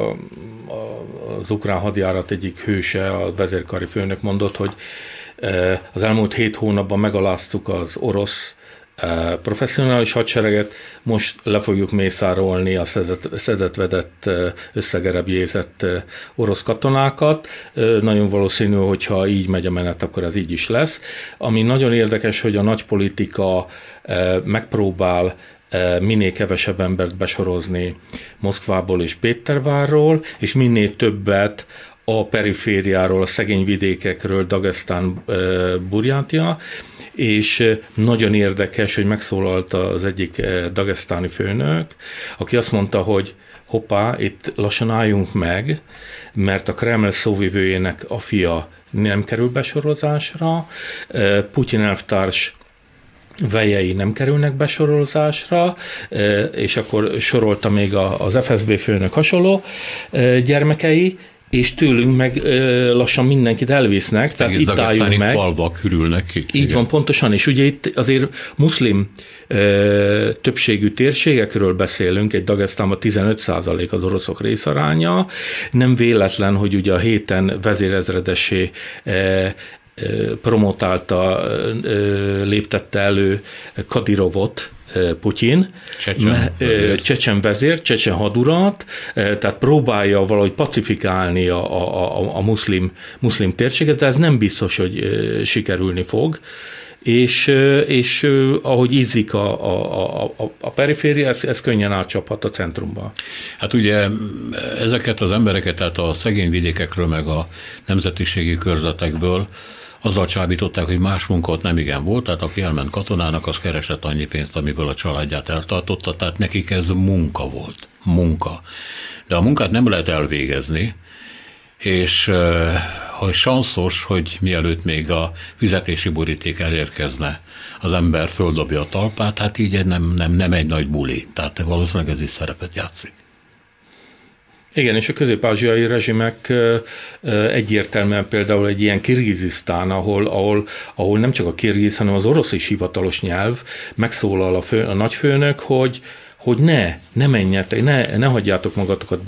az ukrán hadjárat egyik hőse, a vezérkari főnök mondott, hogy az elmúlt 7 hónapban megaláztuk az orosz professzionális hadsereget, most le fogjuk mészárolni a szedett-vedett, összegerebjézett orosz katonákat. Nagyon valószínű, hogyha így megy a menet, akkor ez így is lesz. Ami nagyon érdekes, hogy a nagypolitika megpróbál minél kevesebb embert besorozni Moszkvából és Pétervárról, és minél többet a perifériáról, a szegény vidékekről, Dagesztán, Burjátia, és nagyon érdekes, hogy megszólalt az egyik dagesztáni főnök, aki azt mondta, hogy hoppá, itt lassan álljunk meg, mert a Kreml szóvivőjének a fia nem kerül besorolásra, Putyin elvtárs vejei nem kerülnek besorolásra, és akkor sorolta még az FSB főnök hasonló gyermekei, és tőlünk meg lassan mindenkit elvisznek, tehát
egész
itt álljunk meg.
Falvak hürülnek ki.
Így igen. Van, pontosan, és ugye itt azért muszlim többségű térségekről beszélünk, egy Dagesztánban 15% az oroszok részaránya, nem véletlen, hogy ugye a héten vezérezredessé promotálta, léptette elő Kadirovot, Putyin, csecsen vezér, csecsen hadurat, tehát próbálja valahogy pacifikálni a muszlim térséget, de ez nem biztos, hogy sikerülni fog, és ahogy ízik a periféria, ez könnyen átcsaphat a centrumba.
Hát ugye ezeket az embereket, tehát a szegény vidékekről, meg a nemzetiségi körzetekből azzal csábították, hogy más munka ott nem igen volt, tehát aki elment katonának, az keresett annyi pénzt, amiből a családját eltartotta, tehát nekik ez munka volt. Munka. De a munkát nem lehet elvégezni, és ha sanszos, hogy mielőtt még a fizetési boríték elérkezne, az ember földobja a talpát, hát így nem egy nagy buli. Tehát valószínűleg ez is szerepet játszik.
Igen, és a közép-ázsiai rezsimek egyértelműen például egy ilyen Kirgizisztán, ahol nem csak a kirgiz, hanem az orosz is hivatalos nyelv, megszólal a nagyfőnök, hogy ne menjetek, ne hagyjátok magatokat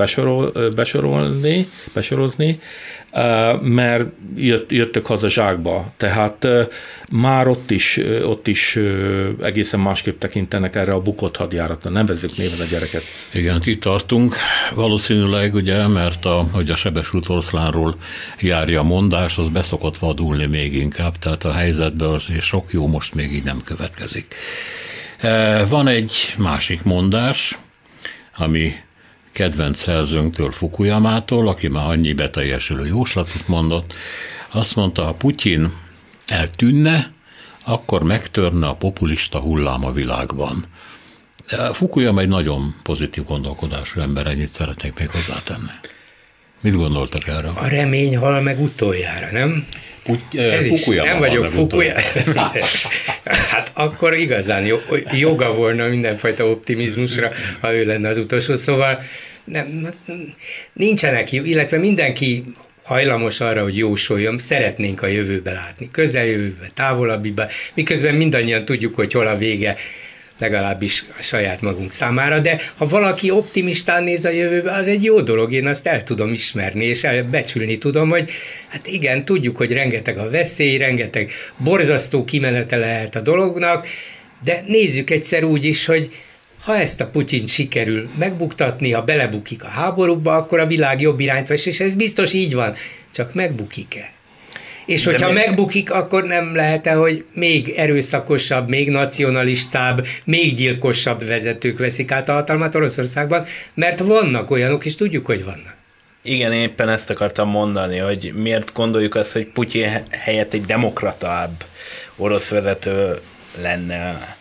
besorozni, mert jöttök haza zsákba. Tehát már ott is egészen másképp tekintenek erre a bukott hadjáratra. Nevezzük néven a gyereket.
Igen, itt tartunk valószínűleg, ugye, mert hogy a sebesült oroszlánról járja a mondás, az beszokott vadulni még inkább, tehát a helyzetből sok jó most még így nem következik. Van egy másik mondás, ami kedvenc szerzőnktől, Fukuyamától, aki már annyi beteljesülő jóslatot mondott. Azt mondta, ha Putyin eltűnne, akkor megtörne a populista hullám a világban. Fukuyama egy nagyon pozitív gondolkodású ember, ennyit szeretnék még hozzátenni. Mit gondoltak erről?
A remény hal meg utoljára, nem?
Fukuyama
nem vagyok Fukuyama. Hát akkor igazán joga volna mindenfajta optimizmusra, ha ő lenne az utolsó. Szóval nincsenek, illetve mindenki hajlamos arra, hogy jósoljon, szeretnénk a jövőbe látni, közeljövőbe, távolabbiba, miközben mindannyian tudjuk, hogy hol a vége, legalábbis a saját magunk számára, de ha valaki optimistán néz a jövőbe, az egy jó dolog, én azt el tudom ismerni, és becsülni tudom, hogy hát igen, tudjuk, hogy rengeteg a veszély, rengeteg borzasztó kimenete lehet a dolognak, de nézzük egyszer úgy is, hogy ha ezt a Putyint sikerül megbuktatni, ha belebukik a háborúba, akkor a világ jobb irányt vesz, és ez biztos így van, csak megbukik-e? És hogyha megbukik, akkor nem lehet-e, hogy még erőszakosabb, még nacionalistább, még gyilkosabb vezetők veszik át a hatalmat Oroszországban, mert vannak olyanok, és tudjuk, hogy vannak.
Igen, éppen ezt akartam mondani, hogy miért gondoljuk azt, hogy Putyin helyett egy demokratább orosz vezető lenne.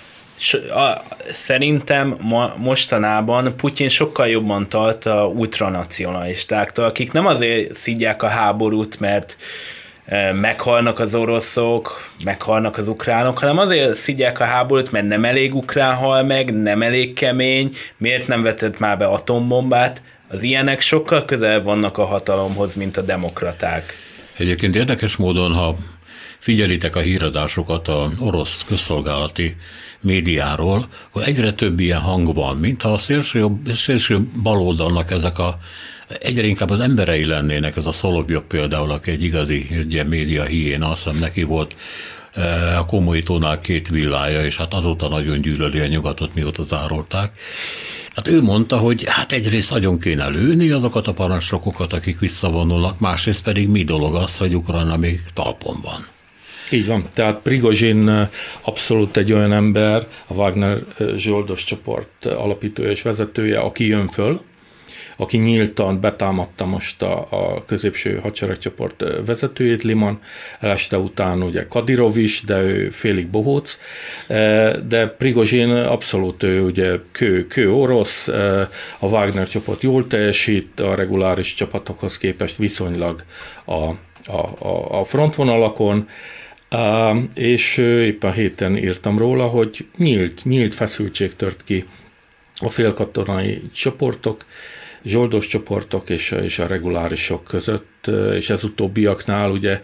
Szerintem mostanában Putyin sokkal jobban tart a ultranacionalistáktól, akik nem azért szidják a háborút, mert meghalnak az oroszok, meghalnak az ukránok, hanem azért szidják a háborút, mert nem elég ukrán hal meg, nem elég kemény, miért nem vetett már be atombombát. Az ilyenek sokkal közel vannak a hatalomhoz, mint a demokraták. Egyébként
érdekes módon, ha figyelitek a híradásokat az orosz közszolgálati médiáról, hogy egyre több ilyen hang van, mintha a szélső baloldalnak ezek egyre inkább az emberei lennének, ez a Szolobjov például, aki egy igazi média hiéna, azt hiszem neki volt a Komolytónál 2 villája, és hát azóta nagyon gyűlöli a nyugatot, mióta zárolták. Hát ő mondta, hogy hát egyrészt nagyon kéne lőni azokat a parancsnokokat, akik visszavonulnak, másrészt pedig mi dolog az, hogy Ukrajna még talpon van.
Így van, tehát Prigozsin abszolút egy olyan ember, a Wagner zsoldos csoport alapítója és vezetője, aki jön föl, aki nyíltan betámadta most a középső hadseregcsoport vezetőjét, Liman, este után ugye Kadirov is, de ő félig bohóc, de Prigozsin abszolút ő ugye kő orosz, a Wagner csoport jól teljesít, a reguláris csapatokhoz képest viszonylag a frontvonalakon, és éppen héten írtam róla, hogy nyílt feszültség tört ki a félkatonai csoportok, zsoldos csoportok és a regulárisok között, és ez utóbbiaknál ugye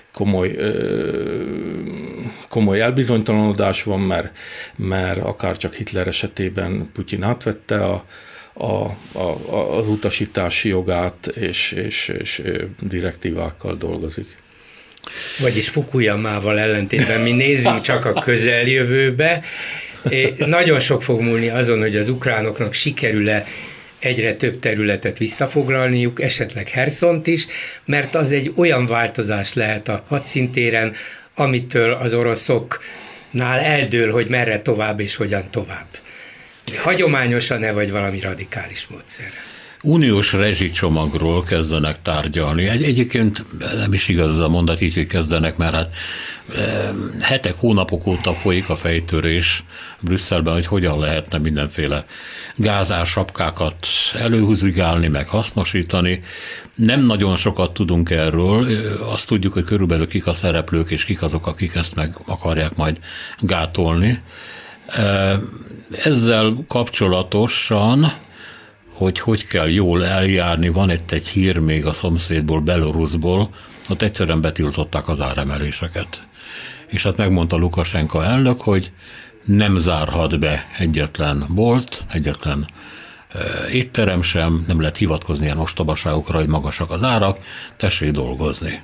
komoly elbizonytalanodás van, mert akár csak Hitler esetében Putyin átvette az utasítási jogát, és direktívákkal dolgozik.
Vagyis Fukuyamával ellentétben mi nézzünk csak a közeljövőbe. Nagyon sok fog múlni azon, hogy az ukránoknak sikerül-e egyre több területet visszafoglalniuk, esetleg Herszont is, mert az egy olyan változás lehet a hadszintéren, amitől az oroszoknál eldől, hogy merre tovább és hogyan tovább. Hagyományosan-e, vagy valami radikális módszer?
Uniós rezsicsomagról kezdenek tárgyalni. Egyébként nem is igaz az a mondat így, hogy kezdenek, mert hát hetek, hónapok óta folyik a fejtörés Brüsszelben, hogy hogyan lehetne mindenféle gázársapkákat előhúzigálni, meg hasznosítani. Nem nagyon sokat tudunk erről. Azt tudjuk, hogy körülbelül kik a szereplők, és kik azok, akik ezt meg akarják majd gátolni. Ezzel kapcsolatosan, hogy kell jól eljárni, van itt egy hír még a szomszédból, Belarusból, ott egyszerűen betiltották az áremeléseket. És hát megmondta Lukasenka elnök, hogy nem zárhat be egyetlen bolt, egyetlen étterem sem, nem lehet hivatkozni ilyen ostobaságokra, hogy magasak az árak, tessék dolgozni.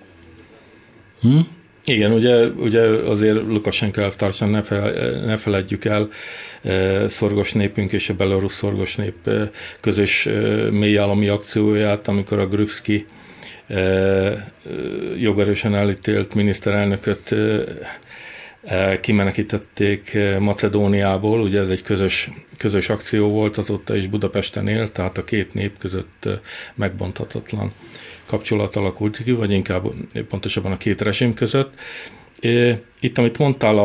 Igen, ugye azért Lukasenko elvtársan ne feledjük el, szorgos népünk és a belarusz szorgos nép közös mélyállami akcióját, amikor a Gruevski jogerősen elítélt miniszterelnököt kimenekítették Macedóniából, ugye ez egy közös akció volt, azóta is Budapesten él, tehát a két nép között megbonthatatlan kapcsolat alakult ki, vagy inkább pontosabban a két rezsim között. Itt, amit mondtál,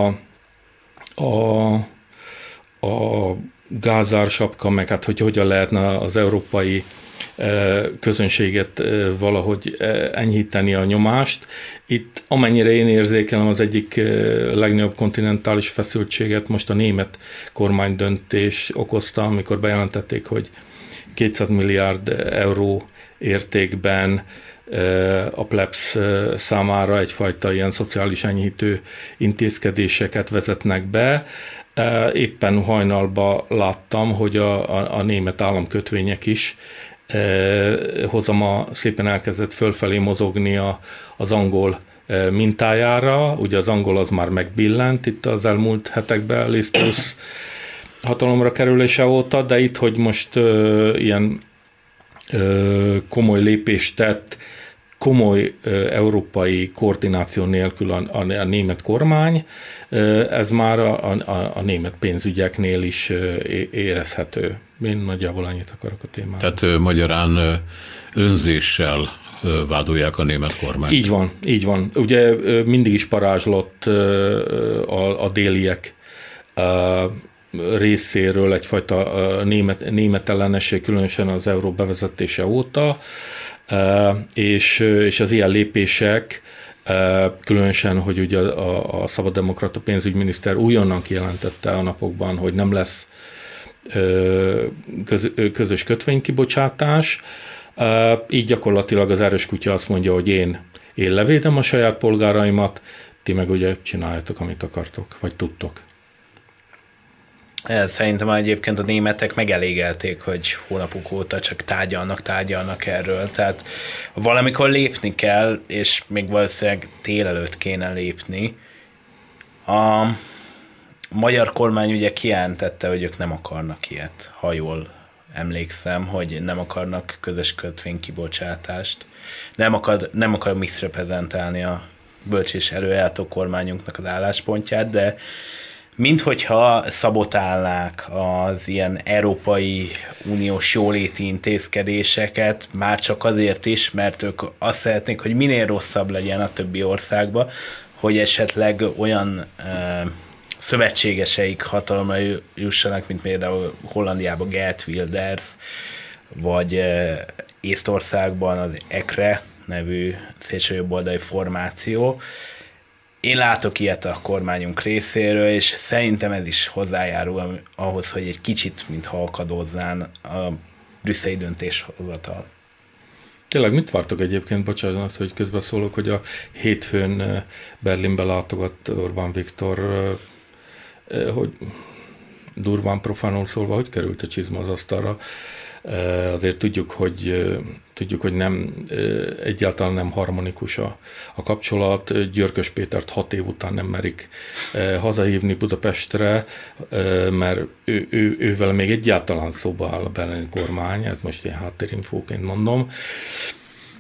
a gázársapka, meg hát, hogy hogyan lehetne az európai közönséget valahogy enyhíteni a nyomást. Itt, amennyire én érzékelem, az egyik legnagyobb kontinentális feszültséget most a német kormánydöntés okozta, amikor bejelentették, hogy 200 milliárd euró értékben a plebs számára egyfajta ilyen szociális enyhítő intézkedéseket vezetnek be. Éppen hajnalban láttam, hogy a német államkötvények is hozama szépen elkezdett fölfelé mozogni az angol mintájára. Ugye az angol az már megbillent itt az elmúlt hetekben Liz Truss hatalomra kerülése óta, de itt, hogy most ilyen komoly lépést tett, komoly európai koordináció nélkül a német kormány, ez már a német pénzügyeknél is érezhető. Én nagyjából annyit akarok a témára.
Tehát magyarán önzéssel vádolják a német kormányt.
Így van. Ugye mindig is parázslott a déliek részéről egyfajta német ellenesség, különösen az euró bevezetése óta, és az ilyen lépések, különösen, hogy ugye a szabaddemokrata pénzügyminiszter újonnan kijelentette a napokban, hogy nem lesz közös kötvénykibocsátás, így gyakorlatilag az erős kutya azt mondja, hogy én levédem a saját polgáraimat, ti meg ugye csináljátok, amit akartok, vagy tudtok.
Szerintem egyébként a németek megelégelték, hogy hónapok óta csak tárgyalnak erről. Tehát valamikor lépni kell, és még valószínűleg tél előtt kéne lépni. A magyar kormány ugye kijelentette, hogy ők nem akarnak ilyet, ha jól emlékszem, hogy nem akarnak közös kötvénykibocsátást. Nem akar miszreprezentálni a bölcs és előjártó kormányunknak az álláspontját, de minthogyha szabotálnák az ilyen Európai Uniós jóléti intézkedéseket, már csak azért is, mert ők azt szeretnék, hogy minél rosszabb legyen a többi országba, hogy esetleg olyan szövetségeseik hatalomra jussanak, mint például Hollandiában Geert Wilders, vagy Észtországban az EKRE nevű szélsőjobboldali formáció. Én látok ilyet a kormányunk részéről, és szerintem ez is hozzájárul ahhoz, hogy egy kicsit, mintha akadozzán a brüsszeli döntéshozatal.
Tényleg mit vártok egyébként, bocsánat, hogy közbeszólok, hogy a hétfőn Berlinbe látogat Orbán Viktor, hogy durván profánul szólva, hogy került a csizma az asztalra. Azért tudjuk, hogy nem, egyáltalán nem harmonikus a kapcsolat. Györkös Pétert 6 év után nem merik hazahívni Budapestre, mert ővel még egyáltalán szóba áll a berlini kormány, ez most ilyen háttérinfóként mondom.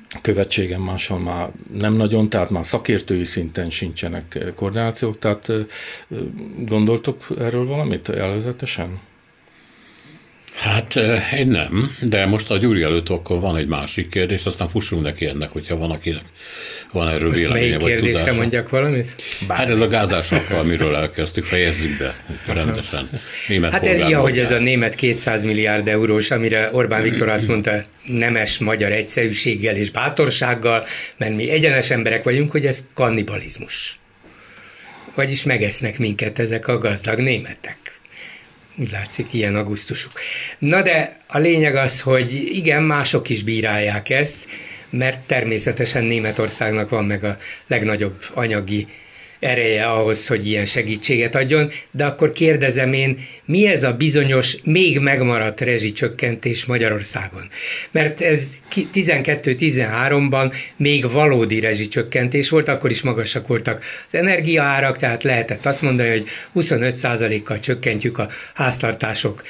követségem máshol már nem nagyon, tehát már szakértői szinten sincsenek koordinációk, tehát gondoltok erről valamit előzetesen?
Hát én nem, de most a Gyuri előtt akkor van egy másik kérdés, aztán fussunk neki ennek, hogyha van, akinek van erről véleménye vagy tudása.
Melyik kérdésre mondjak valamit?
Hát ez a gázásakkal, amiről elkezdtük, fejezzük be rendesen.
Hát ez ilyen, hogy ez a német 200 milliárd eurós, amire Orbán Viktor azt mondta, nemes magyar egyszerűséggel és bátorsággal, mert mi egyenes emberek vagyunk, hogy ez kannibalizmus. Vagyis megesznek minket ezek a gazdag németek. Úgy látszik, ilyen a gusztusuk. Na de a lényeg az, hogy igen, mások is bírálják ezt, mert természetesen Németországnak van meg a legnagyobb anyagi ereje ahhoz, hogy ilyen segítséget adjon, de akkor kérdezem én, mi ez a bizonyos, még megmaradt rezsicsökkentés Magyarországon? Mert ez 12-13-ban még valódi rezsicsökkentés volt, akkor is magasak voltak az energiaárak, tehát lehetett azt mondani, hogy 25%-kal csökkentjük a háztartások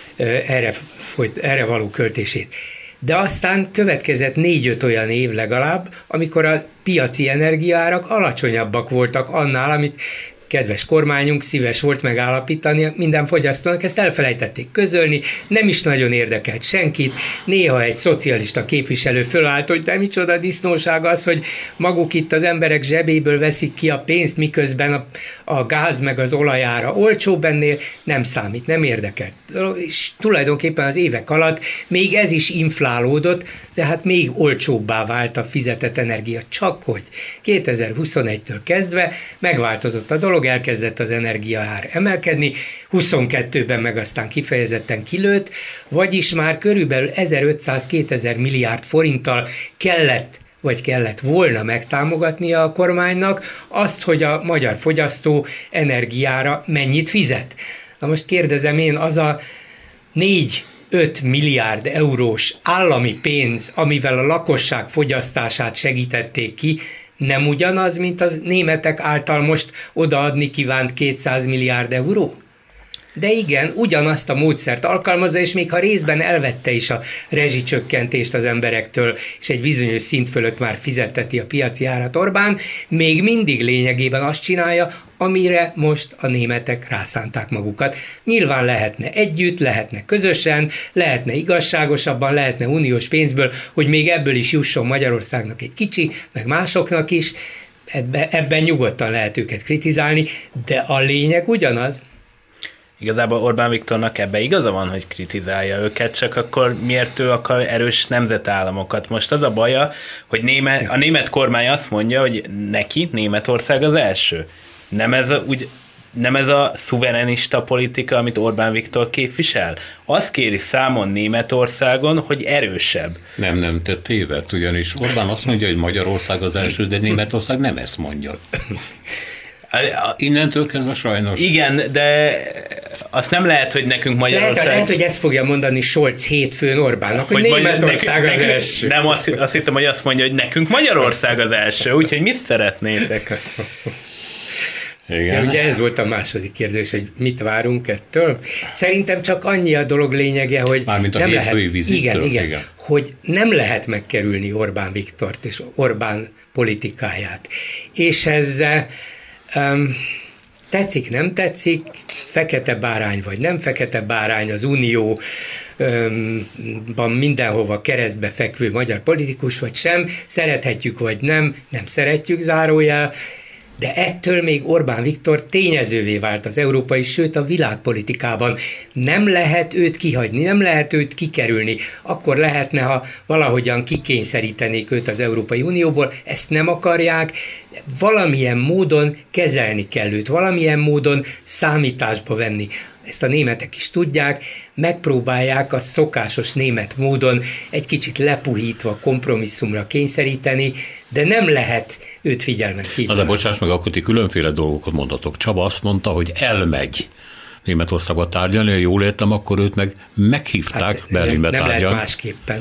erre való költését. De aztán következett 4-5 olyan év legalább, amikor a piaci energiaárak alacsonyabbak voltak annál, amit kedves kormányunk szíves volt megállapítani minden fogyasztónak, ezt elfelejtették közölni, nem is nagyon érdekelt senkit, néha egy szocialista képviselő fölállt, hogy de micsoda disznóság az, hogy maguk itt az emberek zsebéből veszik ki a pénzt, miközben a gáz meg az olajára olcsóbb ennél, nem számít, nem érdekelt. És tulajdonképpen az évek alatt még ez is inflálódott, de hát még olcsóbbá vált a fizetett energia. Csak hogy 2021-től kezdve megváltozott a dolog, elkezdett az energiaár emelkedni, 22-ben meg aztán kifejezetten kilőtt, vagyis már körülbelül 1500-2000 milliárd forinttal kellett volna megtámogatnia a kormánynak azt, hogy a magyar fogyasztó energiára mennyit fizet. Na most kérdezem én, az a 4-5 milliárd eurós állami pénz, amivel a lakosság fogyasztását segítették ki, nem ugyanaz, mint a németek által most odaadni kívánt 200 milliárd euró? De igen, ugyanazt a módszert alkalmazza, és még ha részben elvette is a rezsicsökkentést az emberektől, és egy bizonyos szint fölött már fizetteti a piaci árat Orbán, még mindig lényegében azt csinálja, amire most a németek rászánták magukat. Nyilván lehetne együtt, lehetne közösen, lehetne igazságosabban, lehetne uniós pénzből, hogy még ebből is jusson Magyarországnak egy kicsi, meg másoknak is. Ebben nyugodtan lehet őket kritizálni, de a lényeg ugyanaz.
Igazából Orbán Viktornak ebbe igaza van, hogy kritizálja őket, csak akkor miért ő akar erős nemzetállamokat? Most az a baja, hogy a német kormány azt mondja, hogy neki Németország az első. Nem ez a szuverenista politika, amit Orbán Viktor képvisel? Azt kéri számon Németországon, hogy erősebb.
Nem, te téved, ugyanis Orbán azt mondja, hogy Magyarország az első, de Németország nem ezt mondja. Innentől kezdve sajnos.
Igen, de azt nem lehet, hogy nekünk Magyarország...
Lehet, hogy ezt fogja mondani Scholz hétfőn Orbánnak, hogy Németország az első.
Nem, azt hittem, hogy azt mondja, hogy nekünk Magyarország az első, úgyhogy mit szeretnétek?
Igen.
Ja, ugye ez volt a második kérdés, hogy mit várunk ettől. Szerintem csak annyi a dolog lényege, hogy
mármint a
nem lehet,
igen,
hogy nem lehet megkerülni Orbán Viktort és Orbán politikáját. És ez tetszik, nem tetszik, fekete bárány vagy nem fekete bárány, az Unióban mindenhova keresztbe fekvő magyar politikus vagy sem, szerethetjük vagy nem szeretjük, zárójel, de ettől még Orbán Viktor tényezővé vált az európai, sőt a világpolitikában. Nem lehet őt kihagyni, nem lehet őt kikerülni. Akkor lehetne, ha valahogyan kikényszerítenék őt az Európai Unióból, ezt nem akarják, valamilyen módon kezelni kell őt, valamilyen módon számításba venni. Ezt a németek is tudják, megpróbálják a szokásos német módon egy kicsit lepuhítva kompromisszumra kényszeríteni, de nem lehet őt figyelmen kívül.
Na de bocsáss meg, akkor ti különféle dolgokat mondatok. Csaba azt mondta, hogy elmegy Németországba tárgyalni, ha jól értem, akkor őt meg meghívták Berlinbe tárgyalni.
Nem lehet másképpen.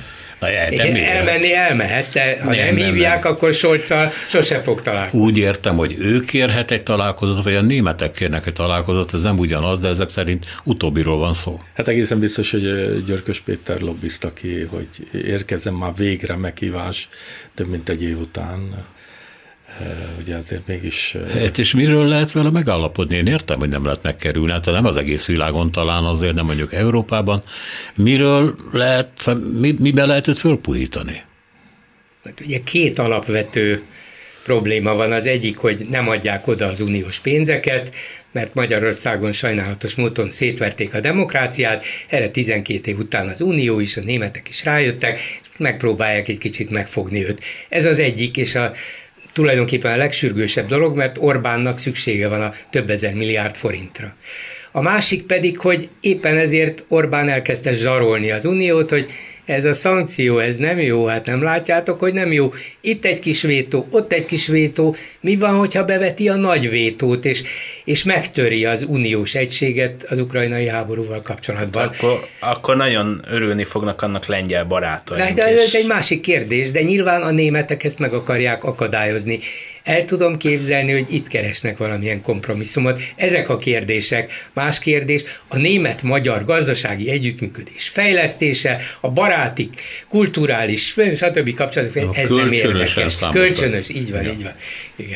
Elmenni elmehet, de ha nem hívják, akkor Scholzzal sose fog találkozni.
Úgy értem, hogy ő kérhet egy találkozót, vagy a németek kérnek egy találkozót, ez nem ugyanaz, de ezek szerint utóbbiról van szó.
Hát egészen biztos, hogy Györkös Péter lobbizta ki, hogy érkezzen már végre meghívás több mint egy év után. Ugye azért mégis...
Hát és miről lehet vele megállapodni? Én értem, hogy nem lehet megkerülni, hát nem az egész világon talán azért, nem mondjuk Európában. Miről lehet, miben lehet őt fölpuhítani?
Ugye két alapvető probléma van. Az egyik, hogy nem adják oda az uniós pénzeket, mert Magyarországon sajnálatos módon szétverték a demokráciát, erre 12 év után az unió is, a németek is rájöttek, és megpróbálják egy kicsit megfogni őt. Ez az egyik, és tulajdonképpen a legsürgősebb dolog, mert Orbánnak szüksége van a több ezer milliárd forintra. A másik pedig, hogy éppen ezért Orbán elkezdte zsarolni az uniót, hogy ez a szankció, ez nem jó, hát nem látjátok, hogy nem jó. Itt egy kis vétó, ott egy kis vétó. Mi van, hogyha beveti a nagy vétót, és megtöri az uniós egységet az ukrajnai háborúval kapcsolatban?
Akkor nagyon örülni fognak annak lengyel barátaink.
De ez egy másik kérdés, de nyilván a németek ezt meg akarják akadályozni. El tudom képzelni, hogy itt keresnek valamilyen kompromisszumot. Ezek a kérdések. Más kérdés, a német-magyar gazdasági együttműködés fejlesztése, a baráti, kulturális, stb. Kapcsolatok, ez nem érdekes. Kölcsönös, így van. Igen.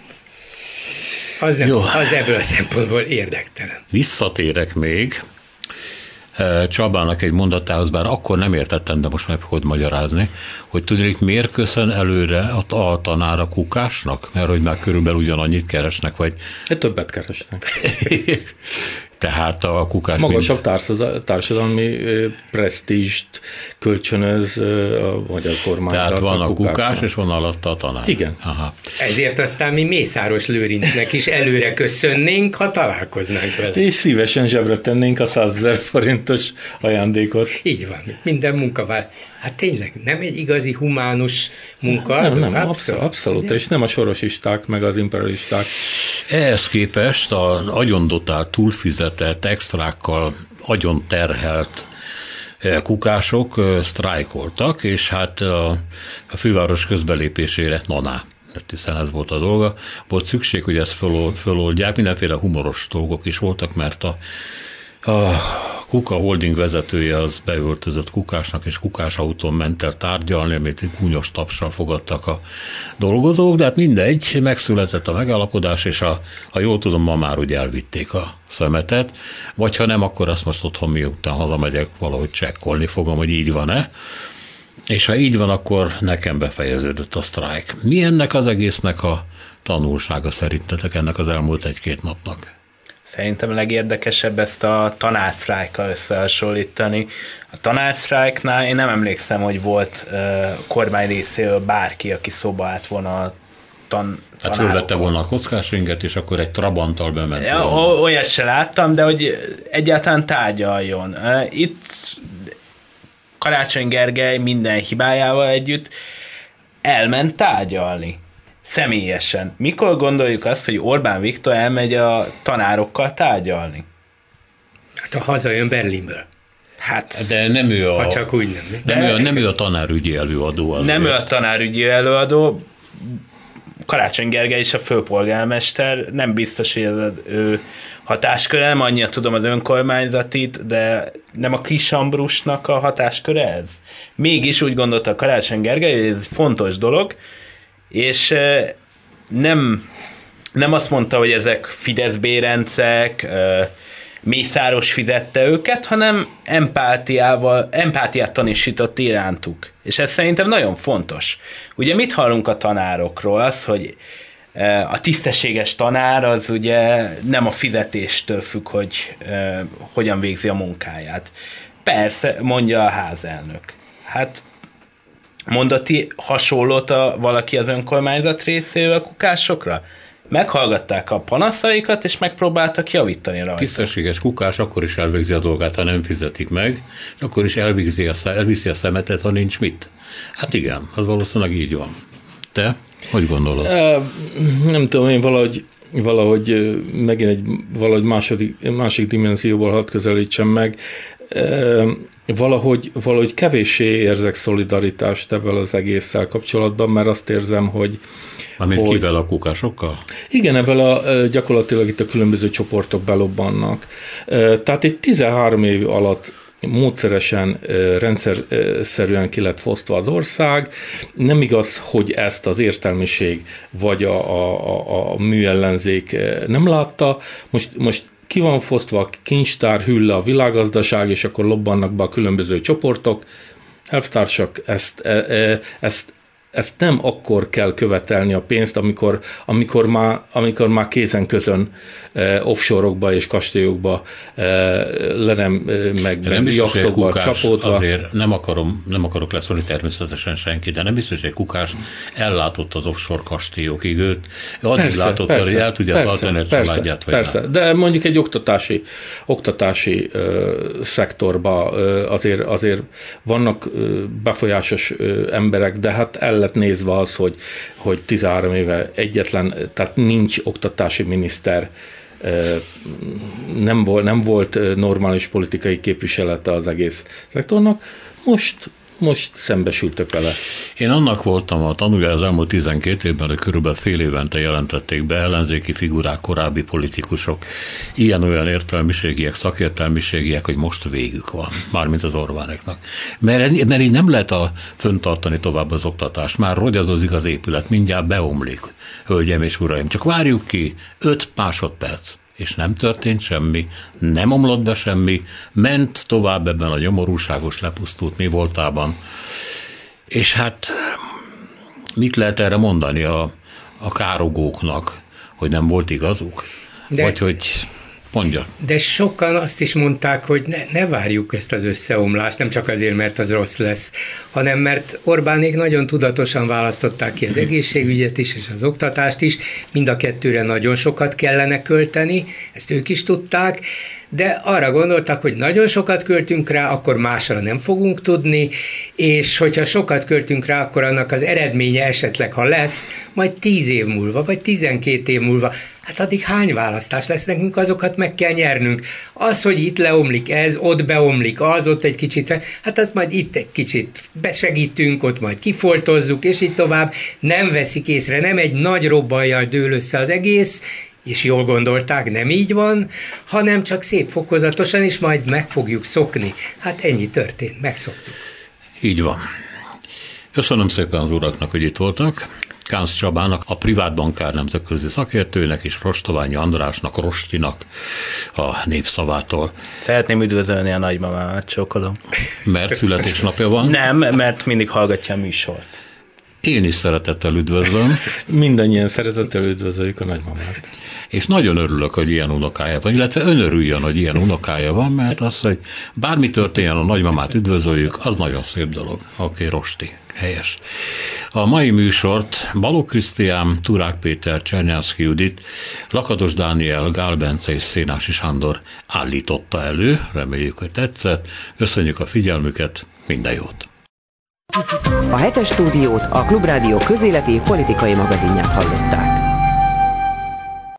Az ebből a szempontból érdektelen.
Visszatérek még Csabának egy mondatához, bár akkor nem értettem, de most meg fogod magyarázni, hogy tudnék, miért köszön előre a tanár a Kukásnak? Mert hogy már körülbelül ugyanannyit keresnek, vagy...
Többet keresnek.
Tehát a Kukás...
Magasabb társadalmi presztízst kölcsönöz a magyar kormányzat.
Tehát van a Kukás, és van alatta a tanár.
Igen.
Aha.
Ezért aztán mi Mészáros Lőrincnek is előre köszönnénk, ha találkoznánk vele.
És szívesen zsebre tennénk a 100 000 forintos ajándékot.
Így van, minden munkavállalás. Hát tényleg, nem egy igazi humánus munka?
Nem, abszolút, és nem a sorosisták, meg az imperialisták.
Ehhez képest az agyondotált, túlfizetett, extrákkal agyon terhelt kukások sztrájkoltak, és hát a főváros közbelépésére hiszen ez volt a dolga. Volt szükség, hogy ezt föloldják, mindenféle humoros dolgok is voltak, mert a Kuka Holding vezetője az beöltözött Kukásnak, és Kukás autón ment el tárgyalni, amit gúnyos tapsral fogadtak a dolgozók, de hát mindegy, megszületett a megállapodás, és ha jól tudom, ma már úgy elvitték a szemetet, vagy ha nem, akkor azt most otthon miután hazamegyek, valahogy csekkolni fogom, hogy így van-e, és ha így van, akkor nekem befejeződött a sztrájk. Mi ennek az egésznek a tanulsága szerintetek ennek az elmúlt 1-2 napnak?
Szerintem legérdekesebb ezt a tanársztrájkkal összehasonlítani. A tanársztrájknál én nem emlékszem, hogy volt kormány részéről bárki, aki szóba állt volna a
Hát fölvette volna a kockásringet, és akkor egy trabanttal bement.
Ja, olyat se láttam, de hogy egyáltalán tárgyaljon. Itt Karácsony Gergely minden hibájával együtt elment tárgyalni. Személyesen. Mikor gondoljuk azt, hogy Orbán Viktor elmegy a tanárokkal tárgyalni?
Hát ha hazajön Berlinből.
Hát,
de nem ő
ha csak úgy nem.
Nem ő a tanárügyi előadó. Azért.
Nem ő a tanárügyi előadó. Karácsony Gergely is a főpolgármester. Nem biztos, hogy ez az ő hatásköre. Nem annyira tudom az önkormányzatit, de nem a Kis Ambrusnak a hatásköre ez? Mégis úgy gondolta Karácsony Gergely, hogy ez egy fontos dolog, és nem azt mondta, hogy ezek Fidesz bérencek, Mészáros fizette őket, hanem empátiát tanúsított irántuk. És ez szerintem nagyon fontos. Ugye mit hallunk a tanárokról? Az, hogy a tisztességes tanár az ugye nem a fizetéstől függ, hogy hogyan végzi a munkáját. Persze, mondja a házelnök. Hát mondati hasonlót valaki az önkormányzat részéről a kukásokra? Meghallgatták a panaszaikat, és megpróbáltak javítani rajta.
Tisztességes Kukás akkor is elvégzi a dolgát, ha nem fizetik meg, és akkor is elviszi a szemetet, ha nincs mit. Hát igen, az valószínűleg így van. Te? Hogy gondolod?
Nem tudom, én valahogy megint egy másik dimenzióból hadd közelítsem meg. valahogy kevéssé érzek szolidaritást ebben az egésszel kapcsolatban, mert azt érzem, hogy
kivel, a kukásokkal?
Igen, ezzel gyakorlatilag itt a különböző csoportok belobbannak. Tehát itt 13 év alatt módszeresen, rendszerszerűen ki lett fosztva az ország. Nem igaz, hogy ezt az értelmiség vagy a műellenzék nem látta. Most ki van fosztva a kincstár, hűl a világgazdaság, és akkor lobbannak be a különböző csoportok. Elvtársak, ezt nem akkor kell követelni a pénzt, amikor már kézen közön offshore-okba és kastélyokba meg jachtokba csapódva.
Azért nem akarok leszólni természetesen senki, de nem biztos, hogy Kukás ellátott az offshore kastélyokig őt. Addig látott, hogy el tudja tartani a családját.
Persze, de mondjuk egy oktatási szektorban azért vannak befolyásos emberek, de hát el lett nézve az, hogy 13 éve tehát nincs oktatási miniszter, nem volt normális politikai képviselete az egész szektornak. Most szembesültök vele.
Én annak voltam a tanulja az elmúlt 12 évben, hogy körülbelül fél évente jelentették be ellenzéki figurák, korábbi politikusok, ilyen-olyan értelmiségiek, szakértelmiségiek, hogy most végük van, mármint az Orbáneknak. Mert így nem lehet föntartani tovább az oktatást. Már rogyadozik az épület, mindjárt beomlik, hölgyeim és uraim. Csak várjuk ki 5 másodperc. És nem történt semmi, nem omlott be semmi, ment tovább ebben a nyomorúságos, lepusztult mi voltában. És hát mit lehet erre mondani a károgóknak, hogy nem volt igazuk? Vagy hogy mondja.
De sokan azt is mondták, hogy ne várjuk ezt az összeomlást, nem csak azért, mert az rossz lesz, hanem mert Orbánék nagyon tudatosan választották ki az egészségügyet is, és az oktatást is, mind a kettőre nagyon sokat kellene költeni, ezt ők is tudták, de arra gondoltak, hogy nagyon sokat költünk rá, akkor másra nem fogunk tudni, és hogyha sokat költünk rá, akkor annak az eredménye esetleg, ha lesz, majd 10 év múlva, vagy 12 év múlva, hát addig hány választás lesz nekünk, azokat meg kell nyernünk. Az, hogy itt leomlik ez, ott beomlik az, ott egy kicsit, hát azt majd itt egy kicsit besegítünk, ott majd kifoltozzuk, és így tovább. Nem veszik észre, nem egy nagy robbannyal dől össze az egész, és jól gondolták, nem így van, hanem csak szép fokozatosan, és majd meg fogjuk szokni. Hát ennyi történt, megszoktuk.
Így van. Köszönöm szépen az uraknak, hogy itt voltak. Kánz Csabának, a privátbankár nemzetközi szakértőnek, és Rostoványi Andrásnak, Rostinak a névszavától.
Szeretném üdvözölni a nagymamámat, csókolom.
Mert születésnapja van?
Nem, mert mindig hallgatja a műsort.
Én is szeretettel üdvözlöm.
Mindannyian szeretettel üdvözöljük a nagymamát. És
nagyon örülök, hogy ilyen unokája van, illetve ön örüljön, hogy ilyen unokája van, mert az, hogy bármi történjen, a nagymamát üdvözöljük, az nagyon szép dolog. Oké, Rosti, helyes. A mai műsort Balogh Krisztián, Turák Péter, Csernyánszky Judit, Lakatos Dániel, Gál Bence és Szénási Sándor állította elő. Reméljük, hogy tetszett. Köszönjük a figyelmüket, minden jót!
A Hetes Stúdiót, a Klubrádió közéleti politikai magazinját hallották.